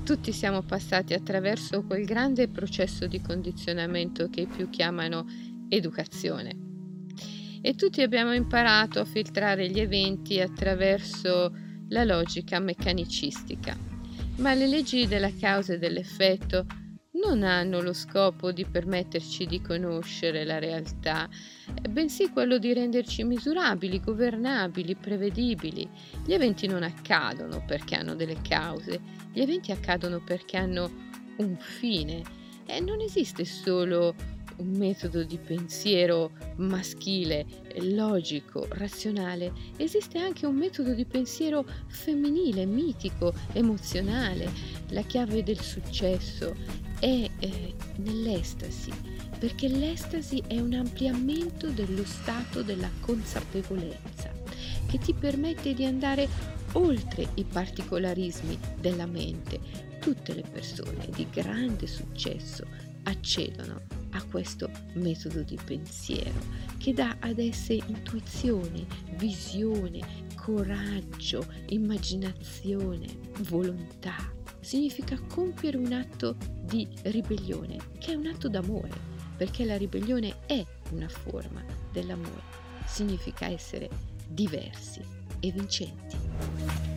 Tutti siamo passati attraverso quel grande processo di condizionamento che i più chiamano educazione e tutti abbiamo imparato a filtrare gli eventi attraverso la logica meccanicistica. Ma le leggi della causa e dell'effetto non hanno lo scopo di permetterci di conoscere la realtà, bensì quello di renderci misurabili, governabili, prevedibili. Gli eventi non accadono perché hanno delle cause, gli eventi accadono perché hanno un fine e non esiste solo un metodo di pensiero maschile, logico, razionale, esiste anche un metodo di pensiero femminile, mitico, emozionale. La chiave del successo è nell'estasi, perché l'estasi è un ampliamento dello stato della consapevolezza che ti permette di andare oltre i particolarismi della mente. Tutte le persone di grande successo accedono a questo metodo di pensiero che dà ad esse intuizione, visione, coraggio, immaginazione, volontà. Significa compiere un atto di ribellione, che è un atto d'amore, perché la ribellione è una forma dell'amore. Significa essere diversi e vincenti.